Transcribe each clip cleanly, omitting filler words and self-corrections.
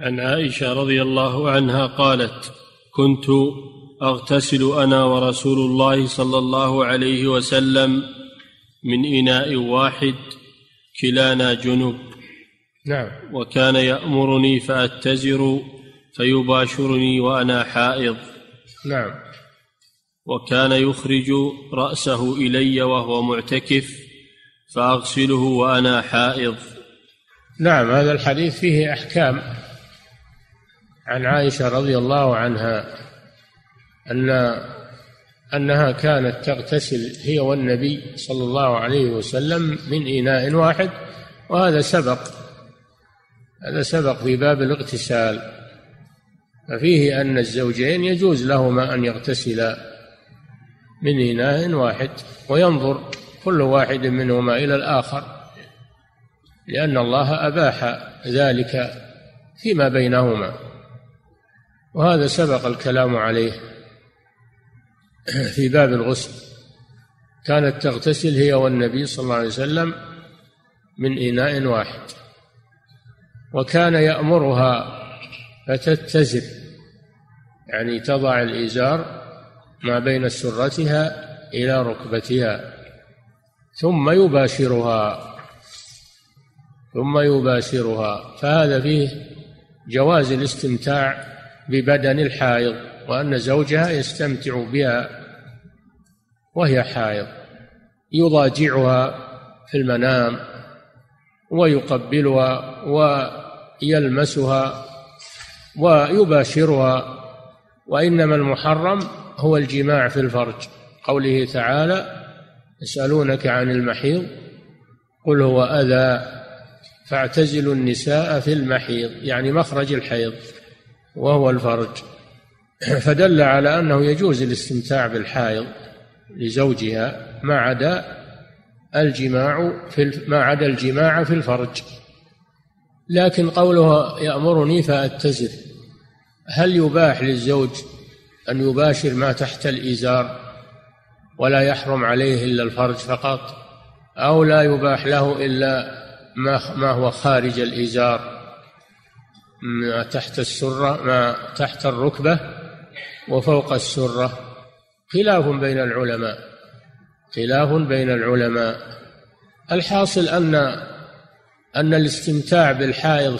عن عائشة رضي الله عنها قالت: كنت أغتسل أنا ورسول الله صلى الله عليه وسلم من إناء واحد كلانا جنب. نعم. وكان يأمرني فأتزر فيباشرني وأنا حائض. نعم. وكان يخرج رأسه إلي وهو معتكف فأغسله وأنا حائض. نعم. هذا الحديث فيه أحكام عن عائشة رضي الله عنها أنها كانت تغتسل هي والنبي صلى الله عليه وسلم من إناء واحد، وهذا سبق في باب الاغتسال، ففيه أن الزوجين يجوز لهما أن يغتسلا من إناء واحد وينظر كل واحد منهما إلى الآخر، لأن الله أباح ذلك فيما بينهما، وهذا سبق الكلام عليه في باب الغسل. كانت تغتسل هي والنبي صلى الله عليه وسلم من إناء واحد، وكان يأمرها فتتزر، يعني تضع الإزار ما بين سرتها إلى ركبتها ثم يباشرها. فهذا فيه جواز الاستمتاع ببدن الحائض، وأن زوجها يستمتع بها وهي حائض، يضاجعها في المنام ويقبلها ويلمسها ويباشرها. وإنما المحرم هو الجماع في الفرج، قوله تعالى: يسألونك عن المحيض قل هو أذى فاعتزلوا النساء في المحيض، يعني مخرج الحيض وهو الفرج، فدل على أنه يجوز الاستمتاع بالحائض لزوجها ما عدا الجماع في الفرج. لكن قوله يأمرني فأتزر، هل يباح للزوج أن يباشر ما تحت الإزار ولا يحرم عليه إلا الفرج فقط، أو لا يباح له إلا ما هو خارج الإزار، ما تحت السرة، ما تحت الركبة وفوق السرة؟ خلاف بين العلماء. الحاصل أن الاستمتاع بالحائض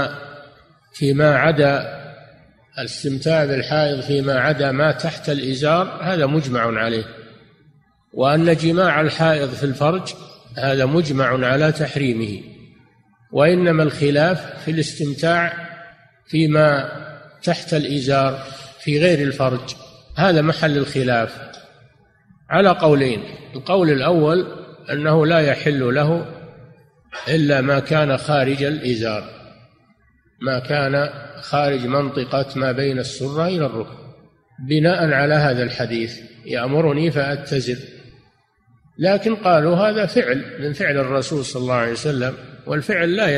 فيما عدا ما تحت الإزار هذا مجمع عليه، وأن جماع الحائض في الفرج هذا مجمع على تحريمه، وإنما الخلاف في الاستمتاع فيما تحت الإزار في غير الفرج، هذا محل الخلاف على قولين. القول الأول أنه لا يحل له إلا ما كان خارج الإزار، ما كان خارج منطقة ما بين السرة إلى الركبة، بناء على هذا الحديث يأمرني فأتزر. لكن قالوا هذا فعل من فعل الرسول صلى الله عليه وسلم، والفعل لا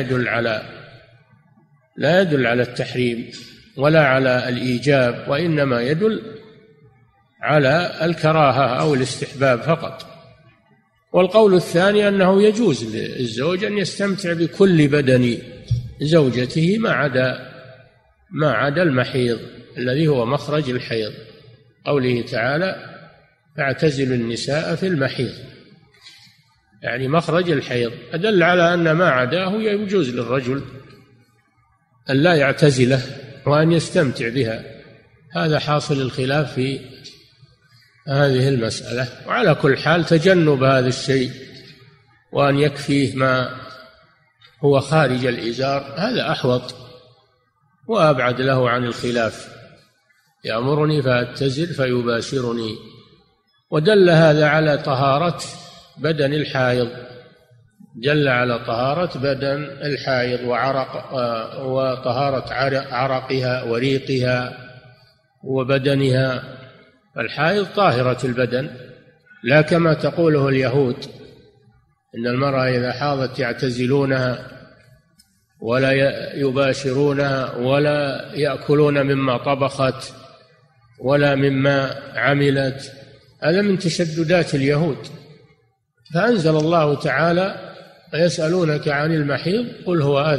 يدل على التحريم ولا على الإيجاب، وإنما يدل على الكراهة أو الاستحباب فقط. والقول الثاني أنه يجوز للزوج أن يستمتع بكل بدن زوجته ما عدا المحيض الذي هو مخرج الحيض، قوله تعالى: فاعتزلوا النساء في المحيض، يعني مخرج الحيض، أدل على أن ما عداه يجوز للرجل أن لا يعتزله وأن يستمتع بها. هذا حاصل الخلاف في هذه المسألة. وعلى كل حال تجنب هذا الشيء وأن يكفيه ما هو خارج الإزار هذا أحوط وأبعد له عن الخلاف. يأمرني فأتزر فيباشرني. ودل هذا على طهارة بدن الحائض، جل على طهارة بدن الحائض وطهارة عرقها وريقها وبدنها. الحائض طاهرة البدن، لا كما تقوله اليهود إن المرأة إذا حاضت يعتزلونها ولا يباشرونها ولا يأكلون مما طبخت ولا مما عملت. هذا من تشددات اليهود. فأنزل الله تعالى: يسألونك عن المحيض قل هو أذى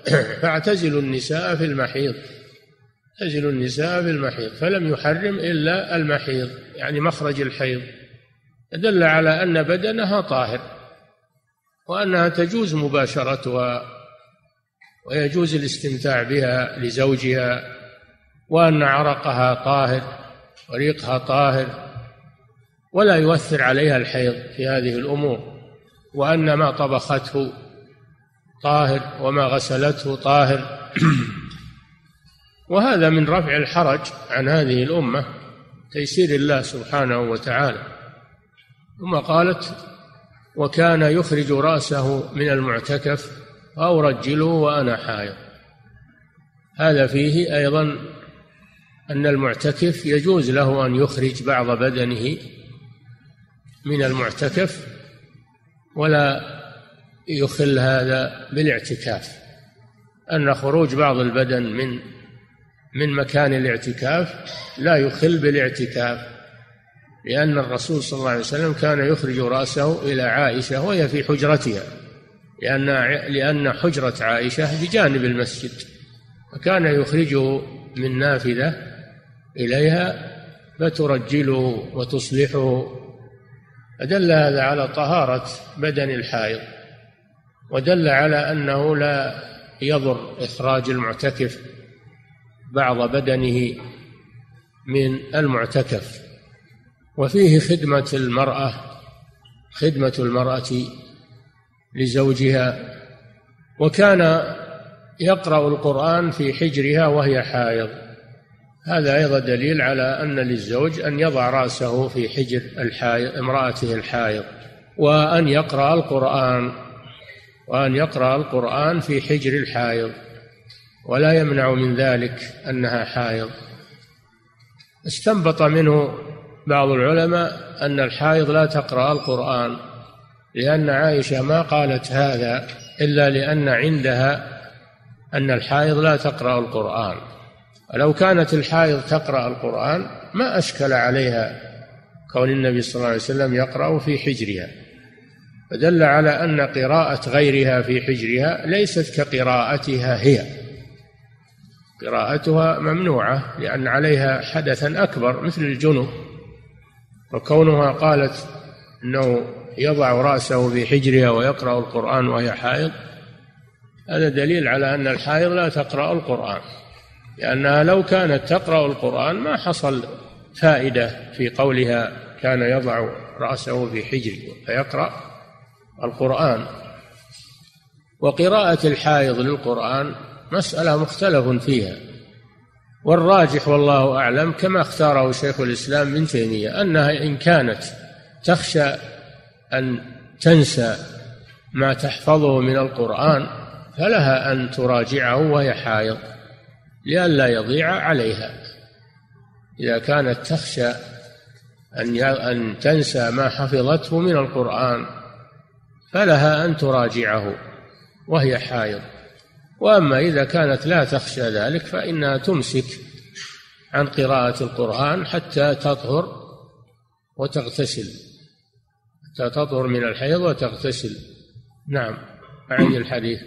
فاعتزلوا النساء في المحيض، اعتزلوا النساء في المحيض، فلم يحرم إلا المحيض يعني مخرج الحيض، دل على أن بدنها طاهر وأنها تجوز مباشرتها ويجوز الاستمتاع بها لزوجها، وأن عرقها طاهر وريقها طاهر ولا يؤثر عليها الحيض في هذه الأمور، وأن ما طبخته طاهر وما غسلته طاهر. وهذا من رفع الحرج عن هذه الأمة، تيسير الله سبحانه وتعالى. ثم قالت: وكان يخرج رأسه من المعتكف أو رجله وأنا حائض. هذا فيه أيضا أن المعتكف يجوز له أن يخرج بعض بدنه من المعتكف ولا يخل هذا بالاعتكاف، أن خروج بعض البدن من مكان الاعتكاف لا يخل بالاعتكاف، لأن الرسول صلى الله عليه وسلم كان يخرج رأسه إلى عائشة وهي في حجرتها، لأن حجرة عائشة بجانب المسجد، فكان يخرجه من نافذة إليها فترجله وتصلحه، فدل هذا على طهارة بدن الحائض، ودل على أنه لا يضر إخراج المعتكف بعض بدنه من المعتكف. وفيه خدمة المرأة لزوجها. وكان يقرأ القرآن في حجرها وهي حائض، هذا أيضا دليل على أن للزوج أن يضع رأسه في حجر امرأته الحائض، وأن يقرأ القرآن في حجر الحائض، ولا يمنع من ذلك أنها حائض. استنبط منه بعض العلماء أن الحائض لا تقرأ القرآن، لأن عائشة ما قالت هذا إلا لأن عندها أن الحائض لا تقرأ القرآن، ولو كانت الحائض تقرأ القرآن ما أشكل عليها كون النبي صلى الله عليه وسلم يقرأ في حجرها، فدل على أن قراءة غيرها في حجرها ليست كقراءتها هي، قراءتها ممنوعة لأن عليها حدثا أكبر مثل الجنوب، وكونها قالت أنه يضع رأسه في حجرها ويقرأ القرآن وهي حائض، هذا دليل على أن الحائض لا تقرأ القرآن، لأنها لو كانت تقرأ القرآن ما حصل فائدة في قولها كان يضع رأسه في حجره فيقرأ القرآن. وقراءة الحائض للقرآن مسألة مختلف فيها، والراجح والله أعلم كما اختاره شيخ الإسلام ابن تيمية أنها إن كانت تخشى أن تنسى ما تحفظه من القرآن فلها أن تراجعه وهي حائض لئلا يضيع عليها. إذا كانت تخشى أن تنسى ما حفظته من القرآن فلها أن تراجعه وهي حائض. وأما إذا كانت لا تخشى ذلك فإنها تمسك عن قراءة القرآن حتى تطهر وتغتسل، حتى تطهر من الحيض وتغتسل. نعم. أعيد الحديث.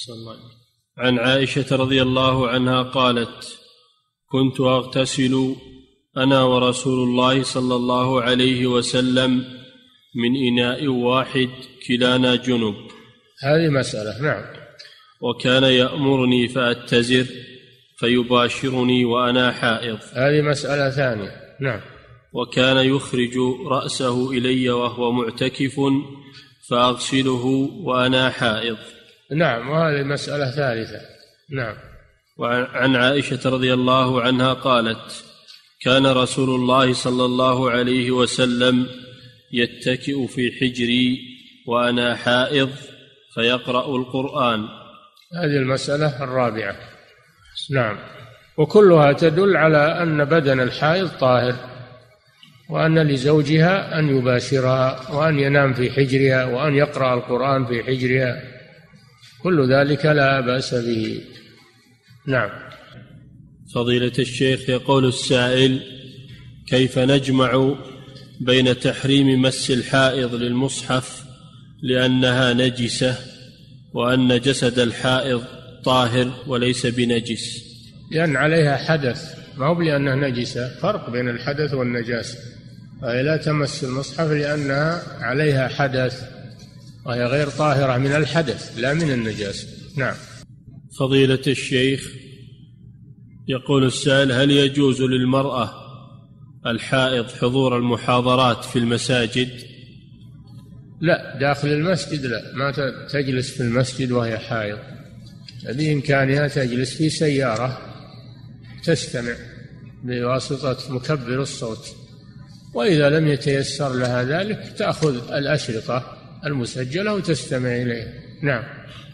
عن عائشة رضي الله عنها قالت: كنت أغتسل أنا ورسول الله صلى الله عليه وسلم من إناء واحد كلانا جنب. هذه مسألة. نعم. وكان يأمرني فأتزر فيباشرني وأنا حائض. هذه مسألة ثانية. نعم. وكان يخرج رأسه إلي وهو معتكف فأغسله وأنا حائض. نعم. وهذه مسألة ثالثة. نعم. وعن عائشة رضي الله عنها قالت: كان رسول الله صلى الله عليه وسلم يتكئ في حجري وأنا حائض فيقرأ القرآن. هذه المسألة الرابعة. نعم. وكلها تدل على أن بدن الحائض طاهر، وأن لزوجها أن يباشرها وأن ينام في حجرها وأن يقرأ القرآن في حجرها، كل ذلك لا بأس به. نعم. فضيلة الشيخ، يقول السائل: كيف نجمع بين تحريم مس الحائض للمصحف لأنها نجسة وأن جسد الحائض طاهر وليس بنجس؟ لأن عليها حدث، ما هو لأنها نجسة، فرق بين الحدث والنجاسة. فهي لا تمس المصحف لأنها عليها حدث، وهي غير طاهرة من الحدث لا من النجاسة. نعم. فضيلة الشيخ، يقول السائل: هل يجوز للمرأة الحائض حضور المحاضرات في المساجد؟ لا، داخل المسجد لا، ما تجلس في المسجد وهي حائض. بإمكانها تجلس في سيارة تستمع بواسطة مكبر الصوت، وإذا لم يتيسر لها ذلك تأخذ الأشرطة المسجلة وتستمع إليها. نعم.